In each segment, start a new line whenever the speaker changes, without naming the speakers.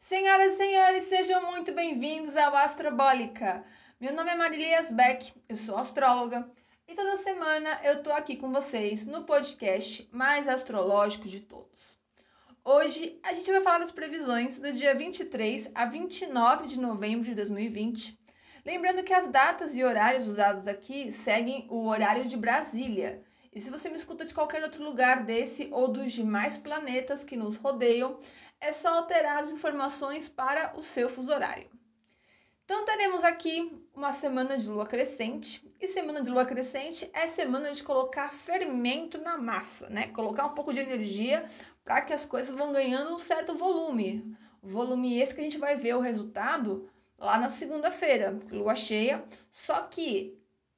Senhoras e senhores, sejam muito bem-vindos ao Astrobólica. Meu nome é Marilias Beck, eu sou astróloga e toda semana eu tô aqui com vocês no podcast mais astrológico de todos. Hoje a gente vai falar das previsões do dia 23 a 29 de novembro de 2020. Lembrando que as datas e horários usados aqui seguem o horário de Brasília. E se você me escuta de qualquer outro lugar desse ou dos demais planetas que nos rodeiam, é só alterar as informações para o seu fuso horário. Então teremos aqui uma semana de lua crescente, e semana de lua crescente é semana de colocar fermento na massa, né? Colocar um pouco de energia para que as coisas vão ganhando um certo volume. Volume esse que a gente vai ver o resultado lá na segunda-feira, lua cheia, só que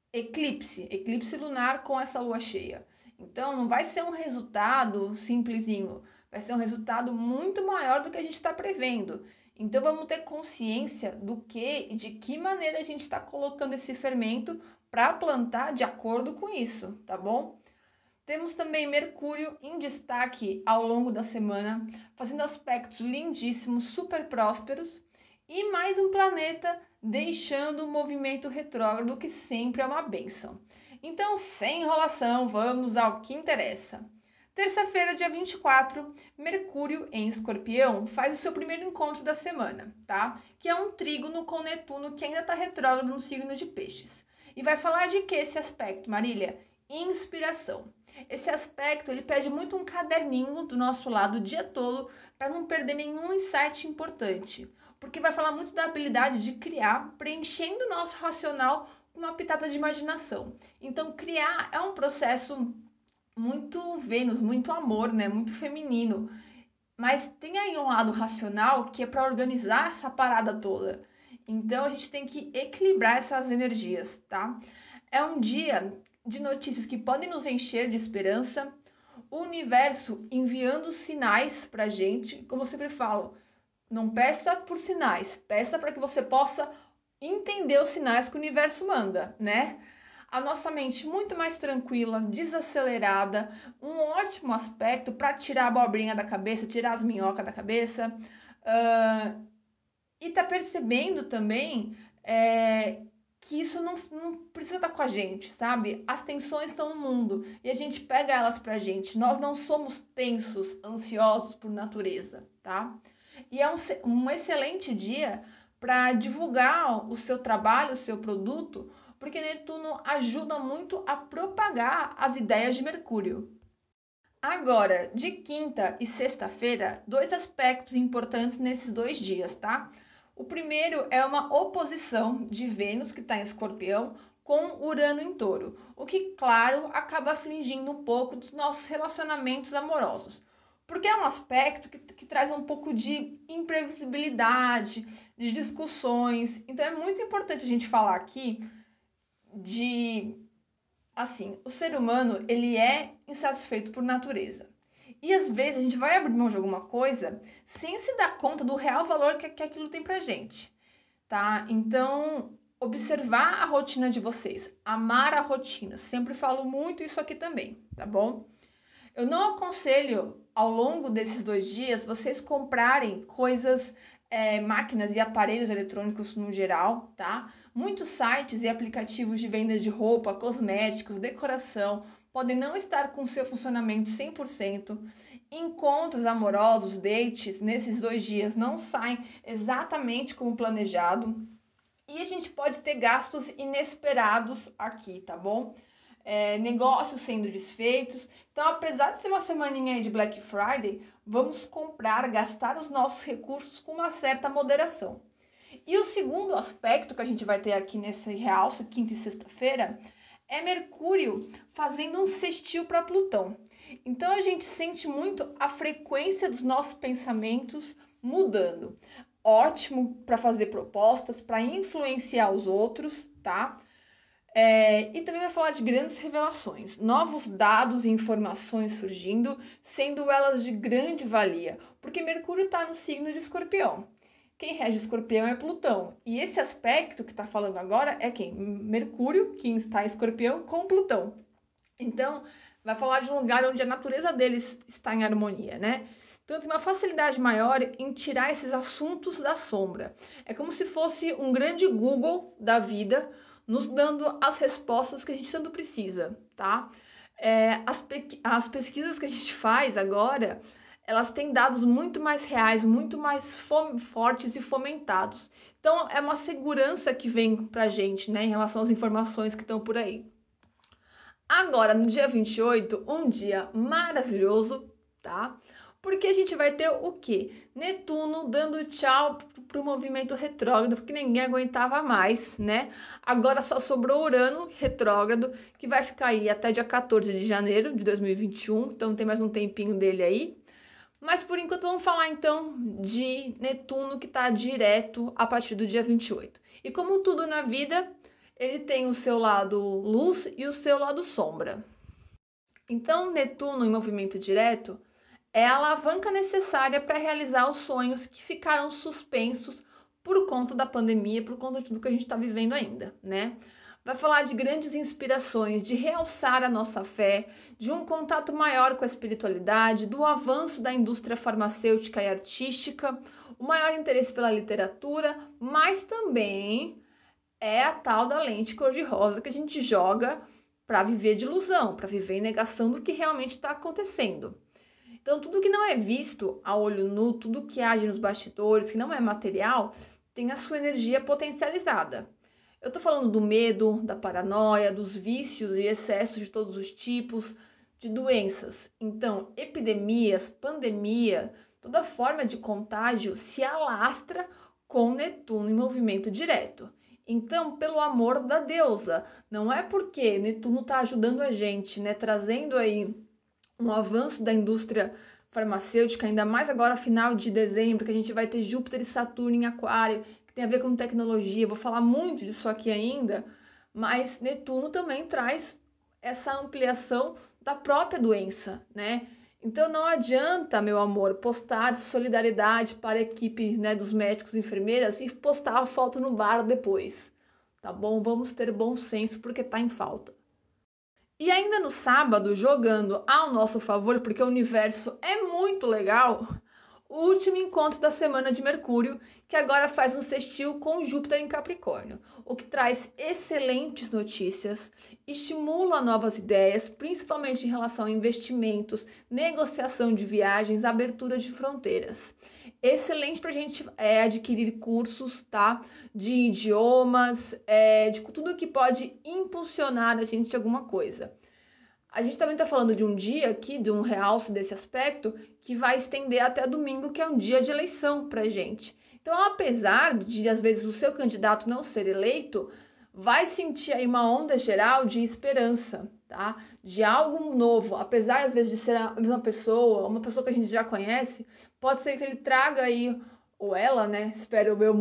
eclipse lunar com essa lua cheia. Então não vai ser um resultado simplesinho, vai ser um resultado muito maior do que a gente está prevendo. Então vamos ter consciência do que e de que maneira a gente está colocando esse fermento para plantar de acordo com isso, tá bom? Temos também Mercúrio em destaque ao longo da semana, fazendo aspectos lindíssimos, super prósperos, e mais um planeta deixando o movimento retrógrado, que sempre é uma bênção. Então, sem enrolação, vamos ao que interessa. Terça-feira, dia 24, Mercúrio em Escorpião faz o seu primeiro encontro da semana, tá? Que é um trígono com Netuno que ainda está retrógrado no signo de Peixes. E vai falar de que esse aspecto, Marília? Inspiração. Esse aspecto ele pede muito um caderninho do nosso lado o dia todo para não perder nenhum insight importante, porque vai falar muito da habilidade de criar, preenchendo o nosso racional com uma pitada de imaginação. Então, criar é um processo muito Vênus, muito amor, né? Muito feminino. Mas tem aí um lado racional que é para organizar essa parada toda. Então a gente tem que equilibrar essas energias, tá? É um dia de notícias que podem nos encher de esperança, o universo enviando sinais pra gente, como eu sempre falo, não peça por sinais, peça para que você possa entender os sinais que o universo manda, né? A nossa mente muito mais tranquila, desacelerada, um ótimo aspecto para tirar a abobrinha da cabeça, tirar as minhocas da cabeça. E tá percebendo também que isso não precisa estar com a gente, sabe? As tensões estão no mundo e a gente pega elas pra gente. Nós não somos tensos, ansiosos por natureza, tá? E é um excelente dia para divulgar o seu trabalho, o seu produto, porque Netuno ajuda muito a propagar as ideias de Mercúrio. Agora, de quinta e sexta-feira, dois aspectos importantes nesses 2 dias, tá? O primeiro é uma oposição de Vênus, que está em Escorpião, com Urano em Touro, o que, claro, acaba afligindo um pouco dos nossos relacionamentos amorosos. Porque é um aspecto que traz um pouco de imprevisibilidade, de discussões. Então é muito importante a gente falar aqui de assim, o ser humano, ele é insatisfeito por natureza. E às vezes a gente vai abrir mão de alguma coisa sem se dar conta do real valor que aquilo tem pra gente, tá? Então, observar a rotina de vocês, amar a rotina. Eu sempre falo muito isso aqui também, tá bom? Eu não aconselho ao longo desses 2 dias vocês comprarem coisas, máquinas e aparelhos eletrônicos no geral, tá? Muitos sites e aplicativos de venda de roupa, cosméticos, decoração podem não estar com seu funcionamento 100%. Encontros amorosos, dates, nesses 2 dias não saem exatamente como planejado. E a gente pode ter gastos inesperados aqui, tá bom? Negócios sendo desfeitos. Então, apesar de ser uma semaninha aí de Black Friday, vamos comprar, gastar os nossos recursos com uma certa moderação. E o segundo aspecto que a gente vai ter aqui nesse realce, quinta e sexta-feira, é Mercúrio fazendo um sextil para Plutão. Então a gente sente muito a frequência dos nossos pensamentos mudando. Ótimo para fazer propostas, para influenciar os outros, tá? E também vai falar de grandes revelações, novos dados e informações surgindo, sendo elas de grande valia, porque Mercúrio está no signo de Escorpião. Quem rege Escorpião é Plutão. E esse aspecto que está falando agora é quem? Mercúrio, que está em Escorpião, com Plutão. Então, vai falar de um lugar onde a natureza deles está em harmonia, né? Então, tem uma facilidade maior em tirar esses assuntos da sombra. É como se fosse um grande Google da vida, nos dando as respostas que a gente tanto precisa, tá? As pesquisas que a gente faz agora, elas têm dados muito mais reais, muito mais fortes e fomentados. Então, é uma segurança que vem pra gente, né, em relação às informações que estão por aí. Agora, no dia 28, um dia maravilhoso, tá? Porque a gente vai ter o quê? Netuno dando tchau pro movimento retrógrado, porque ninguém aguentava mais, né? Agora só sobrou Urano retrógrado, que vai ficar aí até dia 14 de janeiro de 2021, então tem mais um tempinho dele aí. Mas por enquanto vamos falar então de Netuno, que está direto a partir do dia 28. E como tudo na vida, ele tem o seu lado luz e o seu lado sombra. Então, Netuno em movimento direto é a alavanca necessária para realizar os sonhos que ficaram suspensos por conta da pandemia, por conta de tudo que a gente está vivendo ainda, né? Vai falar de grandes inspirações, de realçar a nossa fé, de um contato maior com a espiritualidade, do avanço da indústria farmacêutica e artística, o maior interesse pela literatura, mas também é a tal da lente cor-de-rosa que a gente joga para viver de ilusão, para viver em negação do que realmente está acontecendo. Então, tudo que não é visto a olho nu, tudo que age nos bastidores, que não é material, tem a sua energia potencializada. Eu tô falando do medo, da paranoia, dos vícios e excessos de todos os tipos, de doenças. Então, epidemias, pandemia, toda forma de contágio se alastra com Netuno em movimento direto. Então, pelo amor da deusa, não é porque Netuno está ajudando a gente, né, trazendo aí um avanço da indústria farmacêutica, ainda mais agora final de dezembro, que a gente vai ter Júpiter e Saturno em Aquário, que tem a ver com tecnologia. Vou falar muito disso aqui ainda, mas Netuno também traz essa ampliação da própria doença, né? Então não adianta, meu amor, postar solidariedade para a equipe, né, dos médicos e enfermeiras e postar a foto no bar depois, tá bom? Vamos ter bom senso porque tá em falta. E ainda no sábado, jogando ao nosso favor, porque o universo é muito legal, o último encontro da semana de Mercúrio, que agora faz um sextil com Júpiter em Capricórnio, o que traz excelentes notícias, estimula novas ideias, principalmente em relação a investimentos, negociação de viagens, abertura de fronteiras. Excelente para a gente adquirir cursos, tá? De idiomas, de tudo que pode impulsionar a gente de alguma coisa. A gente também está falando de um dia aqui, de um realce desse aspecto, que vai estender até domingo, que é um dia de eleição para a gente. Então, apesar de, às vezes, o seu candidato não ser eleito, vai sentir aí uma onda geral de esperança, tá? De algo novo. Apesar, às vezes, de ser a mesma pessoa, uma pessoa que a gente já conhece, pode ser que ele traga aí, ou ela, né? Espero eu,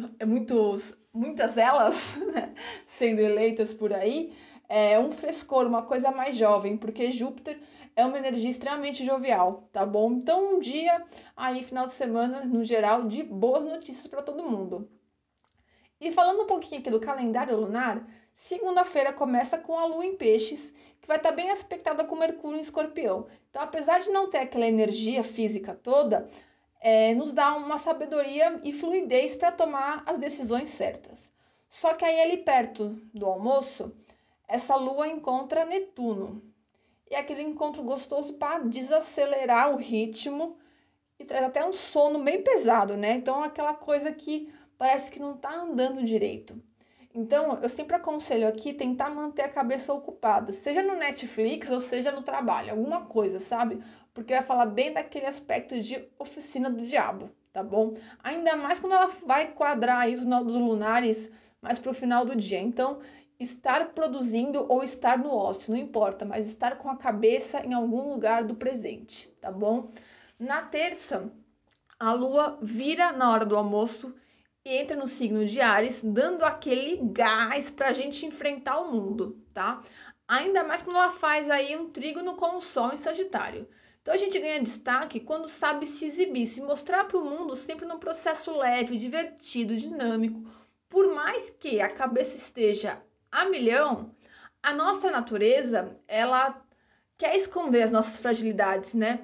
muitas elas, né? Sendo eleitas por aí, um frescor, uma coisa mais jovem, porque Júpiter é uma energia extremamente jovial, tá bom? Então, um dia aí, final de semana, no geral, de boas notícias para todo mundo. E falando um pouquinho aqui do calendário lunar, segunda-feira começa com a Lua em Peixes, que vai estar bem aspectada com Mercúrio em Escorpião. Então, apesar de não ter aquela energia física toda, nos dá uma sabedoria e fluidez para tomar as decisões certas. Só que aí, ali perto do almoço, essa lua encontra Netuno. E é aquele encontro gostoso para desacelerar o ritmo e traz até um sono bem pesado, né? Então, aquela coisa que parece que não está andando direito. Então, eu sempre aconselho aqui tentar manter a cabeça ocupada, seja no Netflix ou seja no trabalho, alguma coisa, sabe? Porque vai falar bem daquele aspecto de oficina do diabo, tá bom? Ainda mais quando ela vai quadrar aí os nodos lunares mais pro final do dia. Então, estar produzindo ou estar no ócio, não importa, mas estar com a cabeça em algum lugar do presente, tá bom? Na terça, a lua vira na hora do almoço e entra no signo de Áries, dando aquele gás para a gente enfrentar o mundo, tá? Ainda mais quando ela faz aí um trígono com o Sol em Sagitário. Então a gente ganha destaque quando sabe se exibir, se mostrar para o mundo sempre num processo leve, divertido, dinâmico. Por mais que a cabeça esteja a milhão, a nossa natureza, ela quer esconder as nossas fragilidades, né?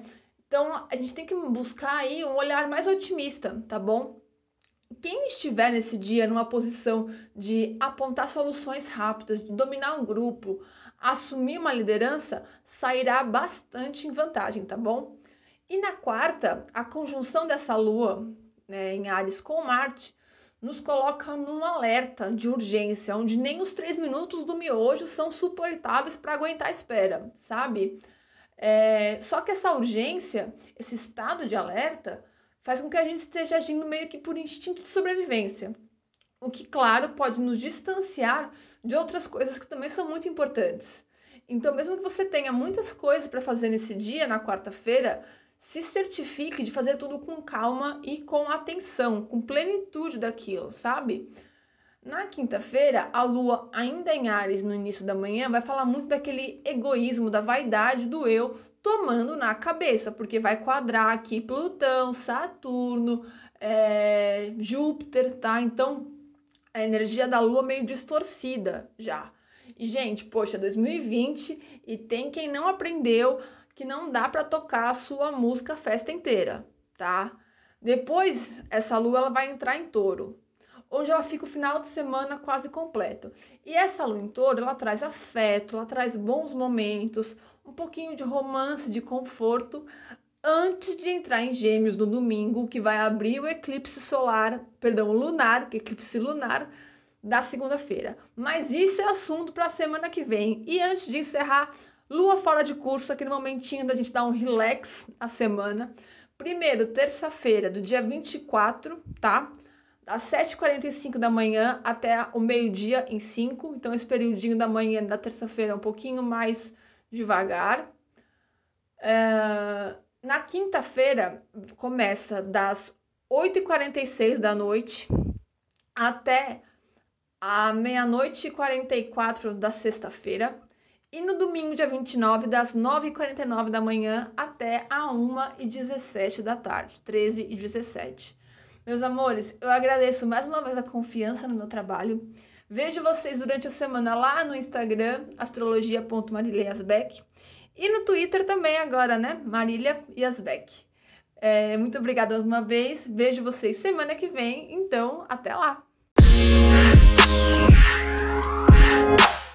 Então, a gente tem que buscar aí um olhar mais otimista, tá bom? Quem estiver nesse dia numa posição de apontar soluções rápidas, de dominar um grupo, assumir uma liderança, sairá bastante em vantagem, tá bom? E na quarta, a conjunção dessa lua, né, em Áries com Marte, nos coloca num alerta de urgência, onde nem os 3 minutos do miojo são suportáveis para aguentar a espera, sabe? Só que essa urgência, esse estado de alerta, faz com que a gente esteja agindo meio que por instinto de sobrevivência. O que, claro, pode nos distanciar de outras coisas que também são muito importantes. Então, mesmo que você tenha muitas coisas para fazer nesse dia, na quarta-feira, se certifique de fazer tudo com calma e com atenção, com plenitude daquilo, sabe? Na quinta-feira, a lua, ainda em Áries no início da manhã, vai falar muito daquele egoísmo, da vaidade do eu tomando na cabeça, porque vai quadrar aqui Plutão, Saturno, Júpiter, tá? Então, a energia da lua meio distorcida já. E, gente, poxa, 2020 e tem quem não aprendeu que não dá para tocar a sua música a festa inteira, tá? Depois, essa lua ela vai entrar em Touro, onde ela fica o final de semana quase completo. E essa lua em Touro, ela traz afeto, ela traz bons momentos, um pouquinho de romance, de conforto, antes de entrar em Gêmeos no domingo, que vai abrir o eclipse solar, perdão, lunar, eclipse lunar da segunda-feira. Mas isso é assunto para a semana que vem. E antes de encerrar, lua fora de curso, aquele momentinho da gente dar um relax a semana. Primeiro, terça-feira, do dia 24, tá? Das 7h45 da manhã até o meio-dia em 5. Então, esse periodinho da manhã da terça-feira é um pouquinho mais devagar. Na quinta-feira, começa das 8h46 da noite até a meia-noite e 44 da sexta-feira. E no domingo, dia 29, das 9h49 da manhã até a 1h17 da tarde, 13h17. Meus amores, eu agradeço mais uma vez a confiança no meu trabalho. Vejo vocês durante a semana lá no Instagram, astrologia.marileiasbeck. E no Twitter também agora, né? Marília Yasbeck. Muito obrigada mais uma vez. Vejo vocês semana que vem. Então, até lá!